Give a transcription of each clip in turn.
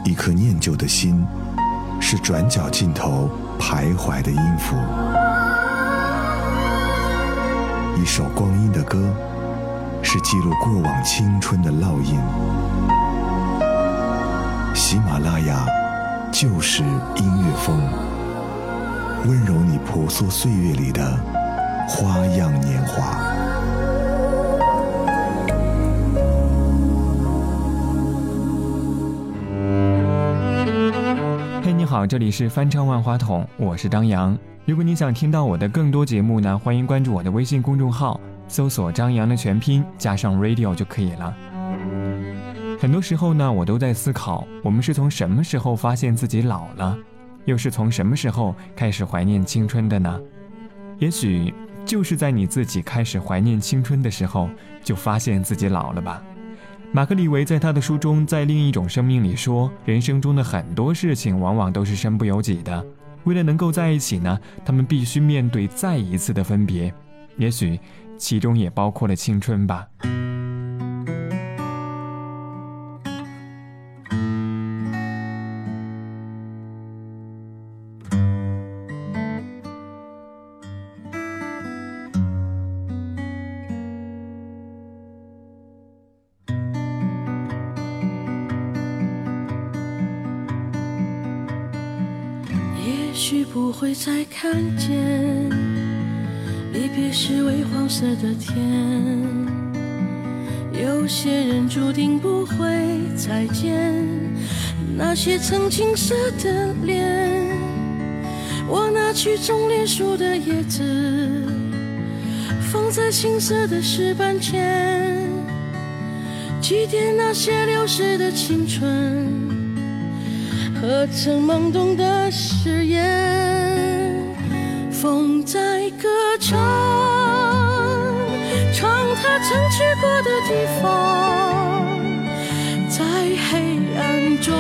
一颗念旧的心，是转角尽头徘徊的音符。一首光阴的歌，是记录过往青春的烙印。喜马拉雅就是音乐风，温柔你婆娑岁月里的花样年华。 嘿，你好，这里是翻唱万花筒，我是张扬。如果你想听到我的更多节目呢，欢迎关注我的微信公众号，搜索张扬的全拼加上 radio 就可以了。很多时候呢，我都在思考，我们是从什么时候发现自己老了，又是从什么时候开始怀念青春的呢？也许就是在你自己开始怀念青春的时候，就发现自己老了吧。马克里维在他的书中《在另一种生命》里说，人生中的很多事情往往都是身不由己的，为了能够在一起呢，他们必须面对再一次的分别，也许其中也包括了青春吧。 也许不会再看见，离别时微黄色的天，有些人注定不会再见，那些曾青涩的脸，我拿去种莲树的叶子，放在青涩的石板前，祭奠那些流逝的青春和曾懵懂的誓言。风在歌唱，唱它曾去过的地方，在黑暗中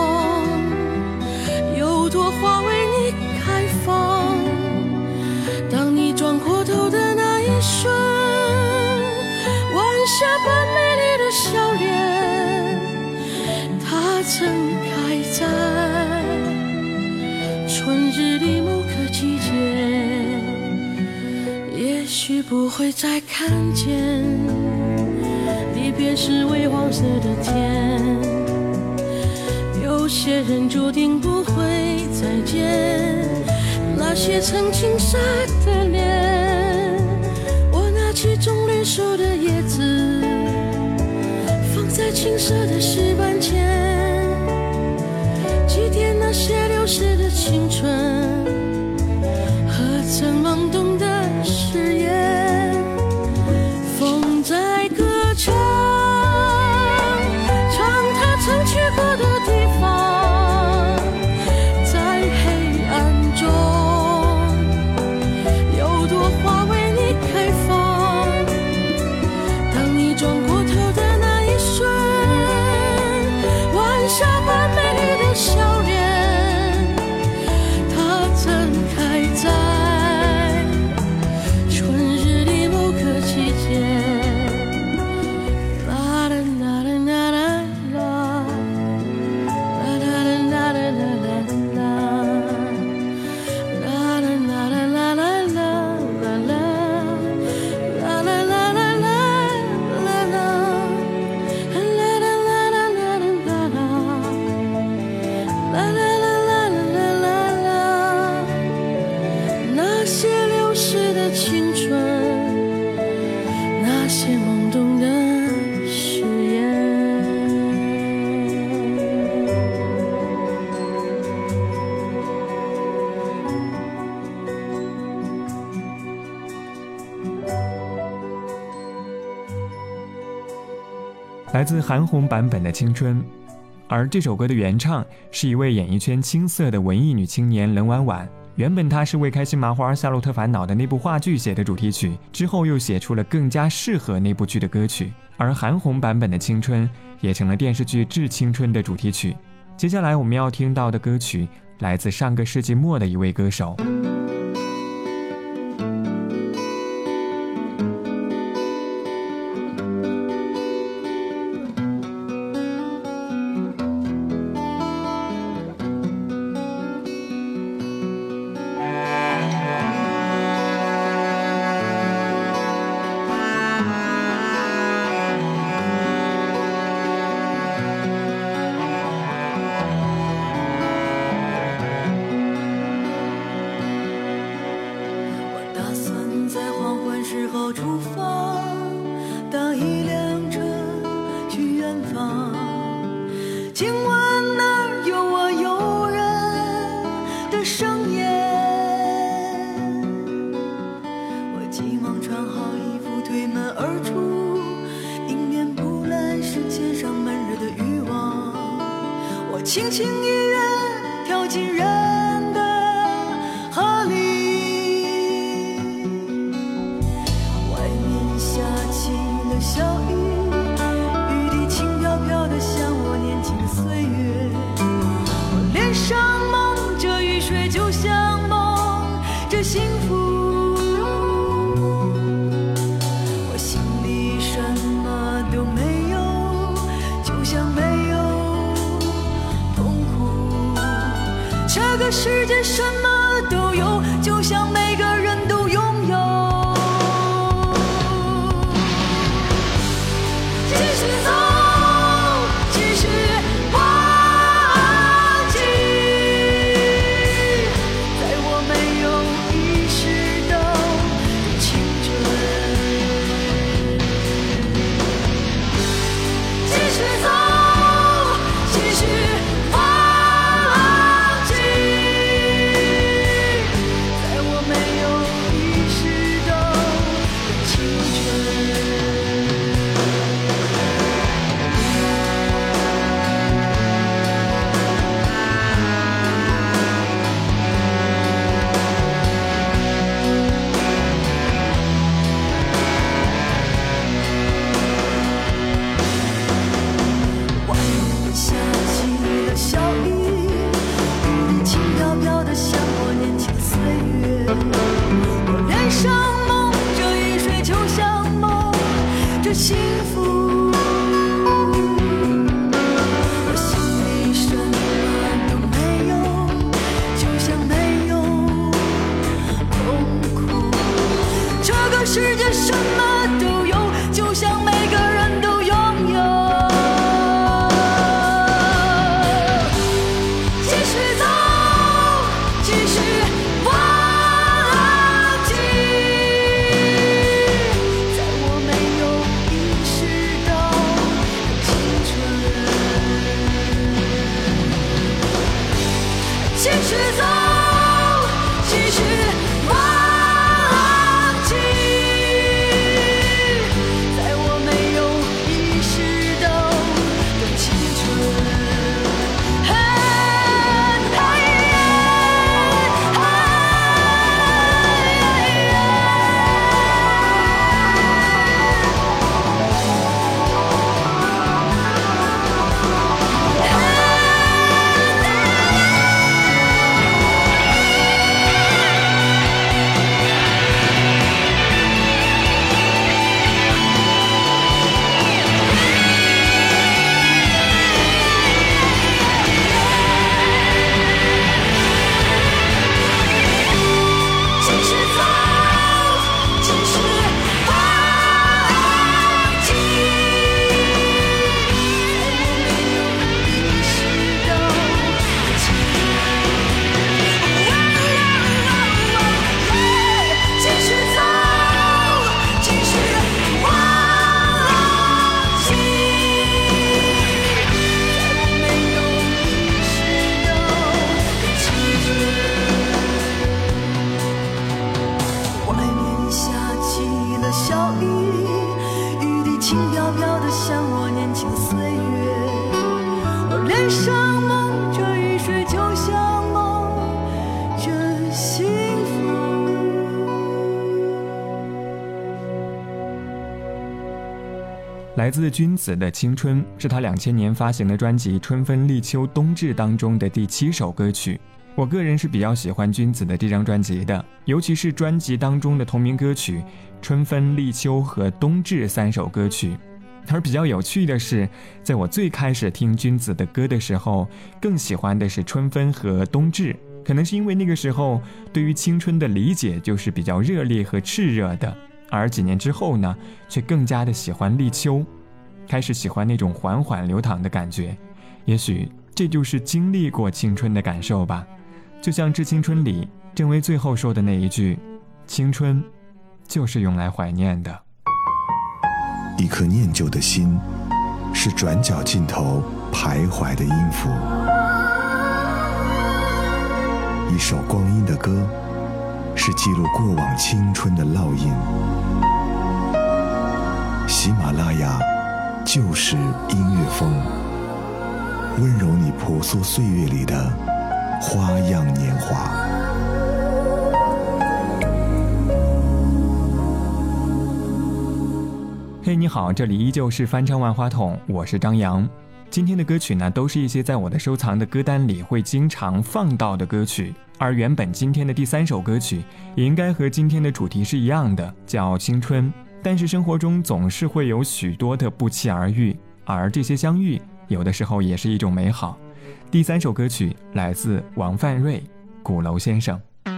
有朵花为你开放，当你转过头的那一瞬，晚霞般美丽的笑脸，它曾开在春日里某个季节。也许不会再看见，离别时微黄色的天，有些人注定不会再见，那些曾青涩的脸，我拿起种莲树的叶子，放在青涩的石板前，祭奠那些流逝的青春和曾懵懂的誓言。风在歌唱，唱它曾去过的地方，在黑暗中有朵花为你开放，当你转过头的那一瞬，晚霞般美丽的笑脸，它曾开在春日里某个季节。啦啦啦啦啦啦啦，啦啦啦啦啦啦啦，啦啦啦啦啦啦啦啦，啦啦啦啦啦啦啦，啦啦啦啦啦啦，那些流逝的青春，那些懵懂的誓言。 来自韩红版本的青春，而这首歌的原唱是一位演艺圈青涩的文艺女青年任婉婉。原本她是为开心麻花《夏洛特烦恼》的那部话剧写的主题曲，之后又写出了更加适合那部剧的歌曲，而韩红版本的青春也成了电视剧《致青春》的主题曲。接下来我们要听到的歌曲来自上个世纪末的一位歌手。 轻轻一跃跳进人的河里，外面下起了小雨，雨滴轻飘飘的像我年轻的岁月，我脸上蒙着雨水，就像蒙着幸福，我心里什么都没有，就像没有痛苦，这个世界什么都有，就像每个人都拥有。继续走，继续忘记，在我没有意识到的青春。继续走，继续忘记，在我没有意识到的青春。外面下起了小雨，雨滴轻飘飘的像我年轻岁月，我脸上蒙着雨水，就像蒙着幸福，我心里什么都没有，就像没有痛苦，这个世界什么都有，就像每个人都拥有。继续走，继续忘记，在我没有意识到的青春。继续走，继续忘记，在我没有意识到的青春。继续走，继续忘记，在我没有意识到的青春。继续走，继续忘记，在我没有意识到的青春。外面下起了小雨，雨滴轻飘飘的像我年轻岁月，我脸上蒙着雨水，就像蒙着幸福。 来自君子的青春是他2000年发行的专辑《春分立秋冬至》当中的第7首歌曲。我个人是比较喜欢君子的这张专辑的，尤其是专辑当中的同名歌曲《春分立秋》和《冬至》3首歌曲。而比较有趣的是，在我最开始听君子的歌的时候，更喜欢的是春分和冬至，可能是因为那个时候对于青春的理解就是比较热烈和炽热的，而几年之后呢，却更加的喜欢立秋，开始喜欢那种缓缓流淌的感觉。也许这就是经历过青春的感受吧。就像《致青春》里郑薇最后说的那一句，青春就是用来怀念的。 一颗念旧的心，是转角尽头徘徊的音符；一首光阴的歌，是记录过往青春的烙印。喜马拉雅就是音乐风， 温柔你婆娑岁月里的花样年华。 嘿，你好，这里依旧是翻唱万花筒，我是张扬。今天的歌曲呢，都是一些在我的收藏的歌单里会经常放到的歌曲，而原本今天的第3首歌曲也应该和今天的主题是一样的，叫青春。但是生活中总是会有许多的不期而遇，而这些相遇有的时候也是一种美好。第3首歌曲来自王范瑞，《鼓楼先生》。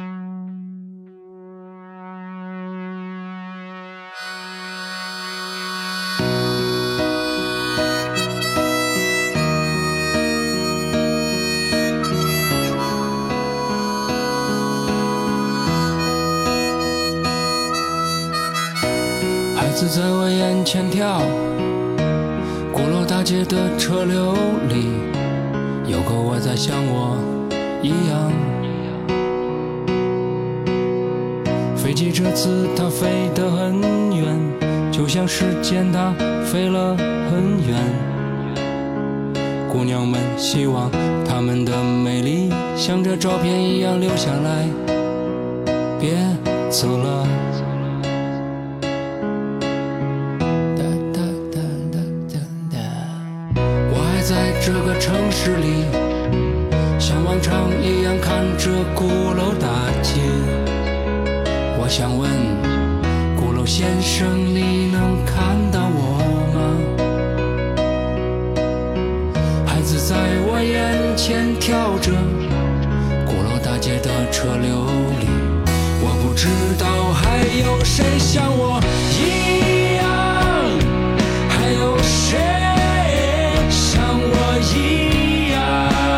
孩子在我眼前跳，鼓楼大街的车流里，有个我在像我一样。飞机这次它飞得很远，就像时间它飞了很远。姑娘们希望她们的美丽像这照片一样留下来，别走了。在这个城市里，像往常一样看着鼓楼大街。我想问鼓楼先生，你能看到我吗？孩子在我眼前跳着，鼓楼大街的车流里，我不知道还有谁像我一样，还有谁一样，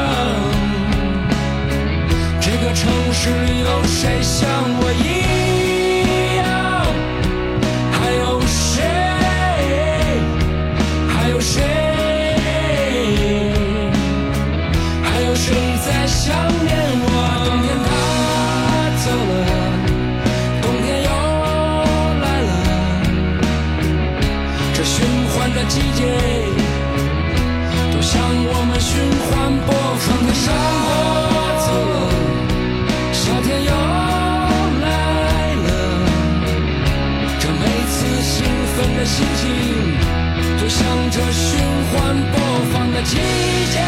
这个城市有谁像我一样？还有谁？还有谁？还有谁在想念我？冬天它走了，冬天又来了，这循环的季节像我们循环播放的生活走了，夏天又来了，这每次兴奋的心情就像这循环播放的季节。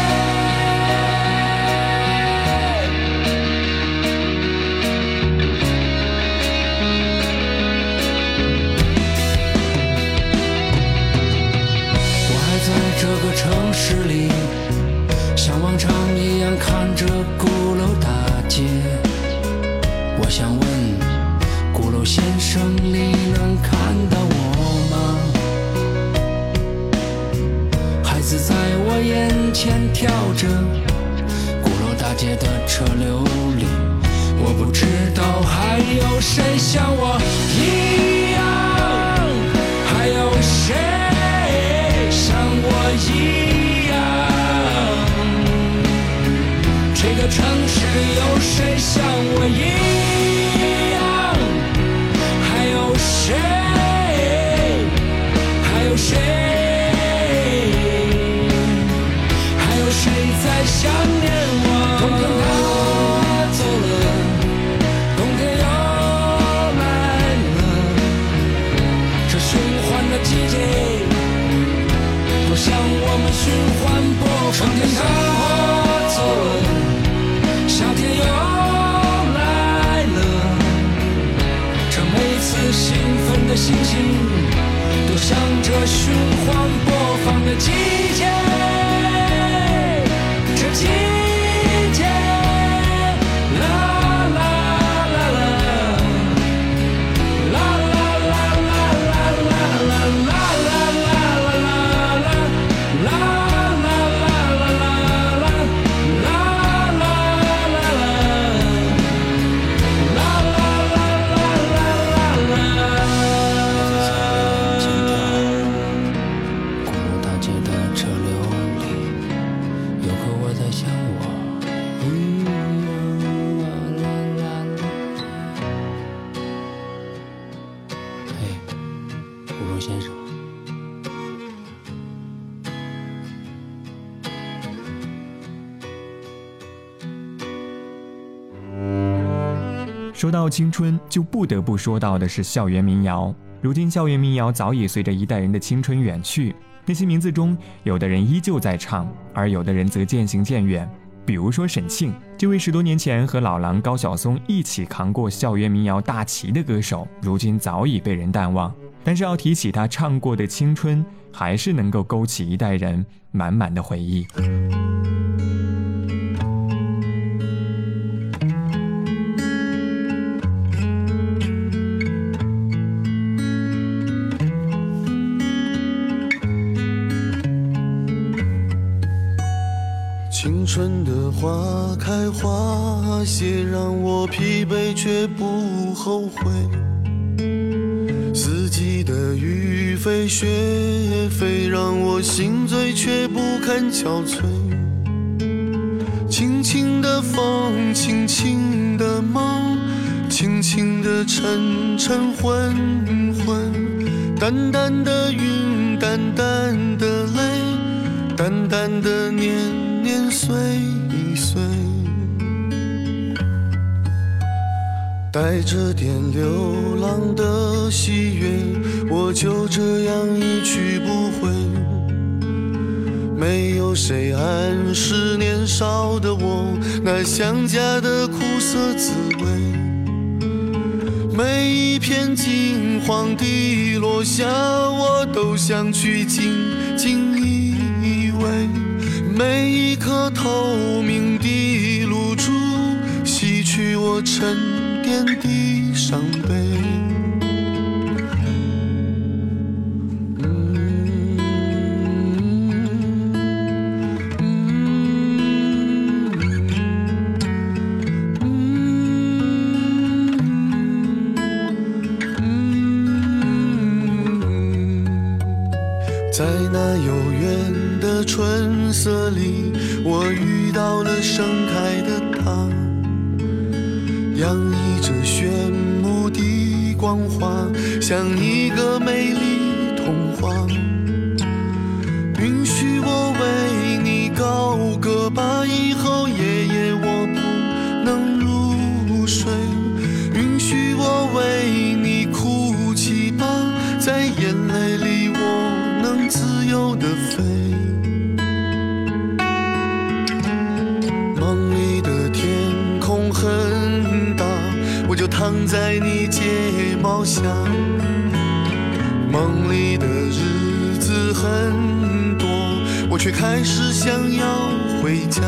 这个城市里，像往常一样看着鼓楼大街。我想问鼓楼先生，你能看到我吗？孩子在我眼前跳着，鼓楼大街的车流里，我不知道还有谁像我一样，还有谁像我一样，这个城市有谁像我一样？还有谁？还有谁？还有谁在想念我？冬天它走了，冬天又来了，这循环的季节像我们循环播放的生活走了，夏天又来了，这每次兴奋的心情都像这循环播放的季节，这季节啦啦啦啦啦啦啦啦啦啦啦啦说到青春，就不得不说到的是校园民谣。如今校园民谣早已随着一代人的青春远去，那些名字中，有的人依旧在唱，而有的人则渐行渐远。比如说沈庆，这位10多年前和老狼高晓松一起扛过校园民谣大旗的歌手，如今早已被人淡忘。但是要提起他唱过的青春，还是能够勾起一代人满满的回忆。 青春的花开花谢，让我疲惫却不后悔。四季的雨飞雪飞，让我心醉却不堪憔悴。轻轻的风，轻轻的梦，轻轻的沉沉昏昏，淡淡的云，淡淡的泪，淡淡的年年岁岁，带着点流浪的喜悦，我就这样一去不回。没有谁暗示年少的我那想家的苦涩滋味，每一片金黄的落下，我都想去紧紧依偎。每一颗透明的露珠，洗去我沉淀的伤悲。在那悠远的春色里，我遇到了盛开的她，洋溢着炫目的光华，像一个美丽童话。允许我为你高歌吧，以后夜夜我不能入睡。允许我为你哭泣吧，在眼泪里我能自由地飞。梦里的天空很大，我就躺在你睫毛下。梦里的日子很多，我却开始想要回家。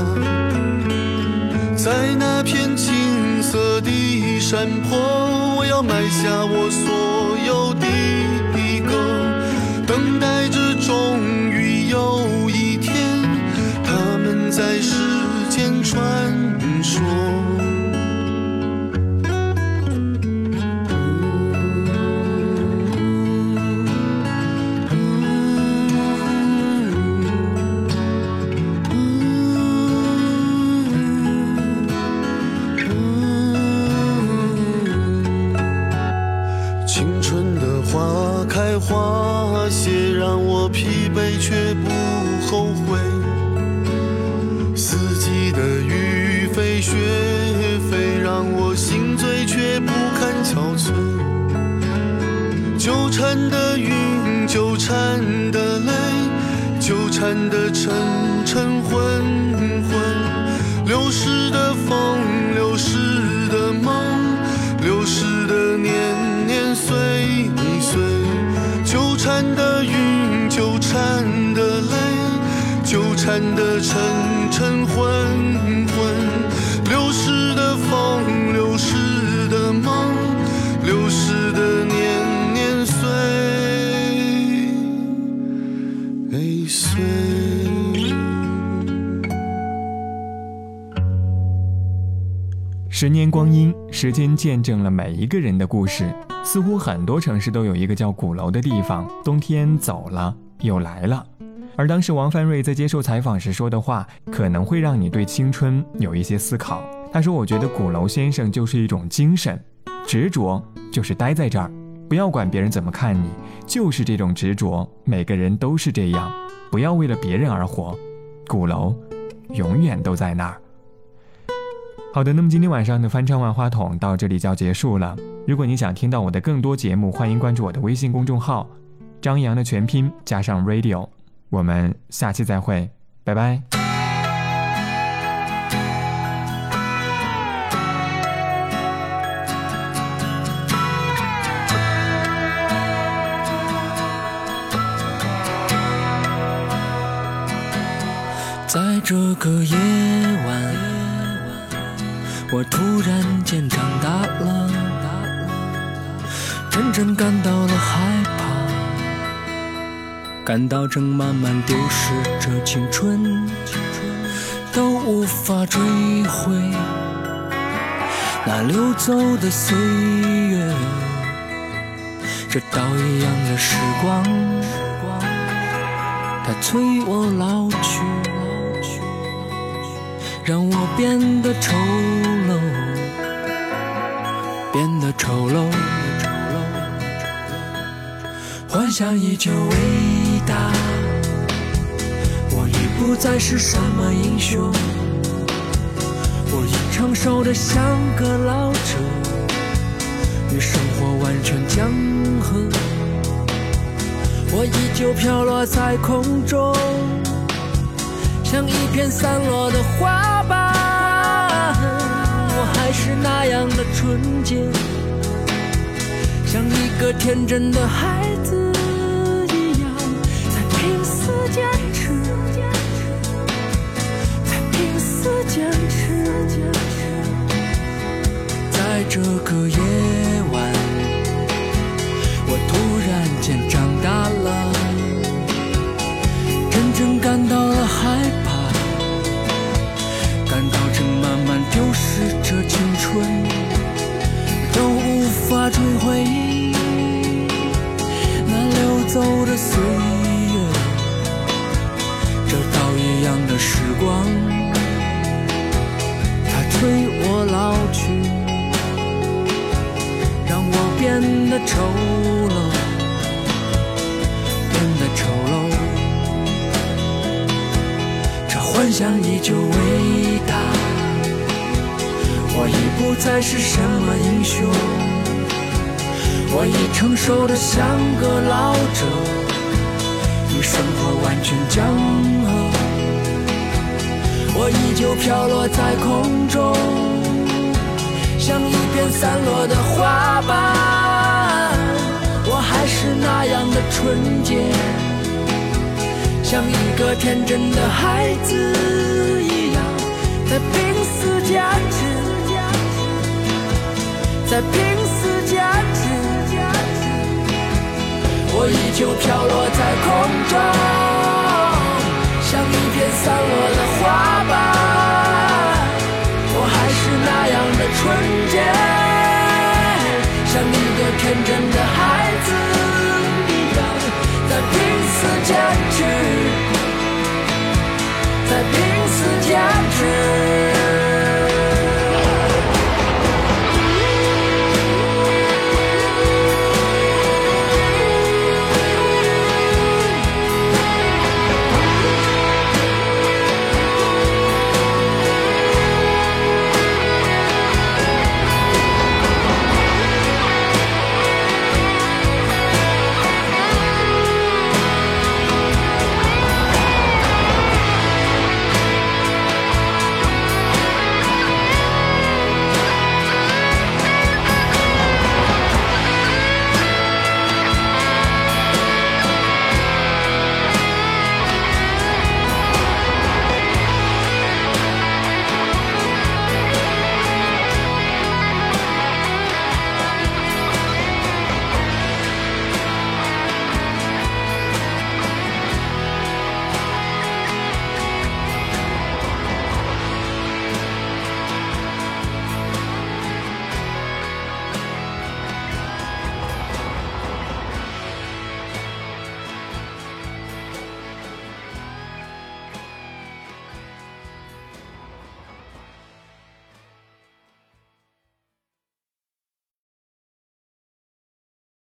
在那片青色的山坡，我要埋下我所有的歌，等待着终于有一天，他们在世间传说。青春的花开花谢，让我疲惫却不后悔。四季的雨飞雪飞，让我心醉却不堪憔悴。纠缠的云，纠缠的泪，纠缠的沉沉昏昏，流逝的风，流逝的梦，流逝的年年岁岁，纠缠的云，纠缠的泪，纠缠的沉沉昏昏，流逝的风，流逝的梦，流逝的年年岁岁。 10年光阴，时间见证了每一个人的故事。似乎很多城市都有一个叫鼓楼的地方，冬天走了又来了。而当时王帆瑞在接受采访时说的话，可能会让你对青春有一些思考。他说，我觉得鼓楼先生就是一种精神，执着就是待在这儿，不要管别人怎么看你，就是这种执着，每个人都是这样，不要为了别人而活，鼓楼永远都在那儿。 好的，那么今天晚上的翻唱万花筒到这里就要结束了。如果你想听到我的更多节目，欢迎关注我的微信公众号张扬的全拼加上 radio。 我们下期再会，拜拜。 在这个夜晚，我突然间长大了，真正感到了害怕，感到正慢慢丢失着青春，都无法追回那流走的岁月，这刀一样的时光，它催我老去，让我变得丑陋，变得丑陋。幻想依旧伟大，我已不再是什么英雄，我已成熟得像个老者，与生活完全僵合。我依旧飘落在空中，像一片散落的花瓣，我还是那样的纯洁，像一个天真的孩子一样，在拼死坚持，在拼死坚持。在这个夜晚，我突然间长大了，真正感到了害怕，感到正慢慢丢失着青春，都无法追回那流走的岁月，这刀一样的时光，它催我老去，让我变得丑陋，变得丑陋。这幻想依旧伟大，我已不再是什么英雄，我已成熟得像个老者，与生活完全僵合。我依旧飘落在空中，像一片散落的花瓣，我还是那样的纯洁，像一个天真的孩子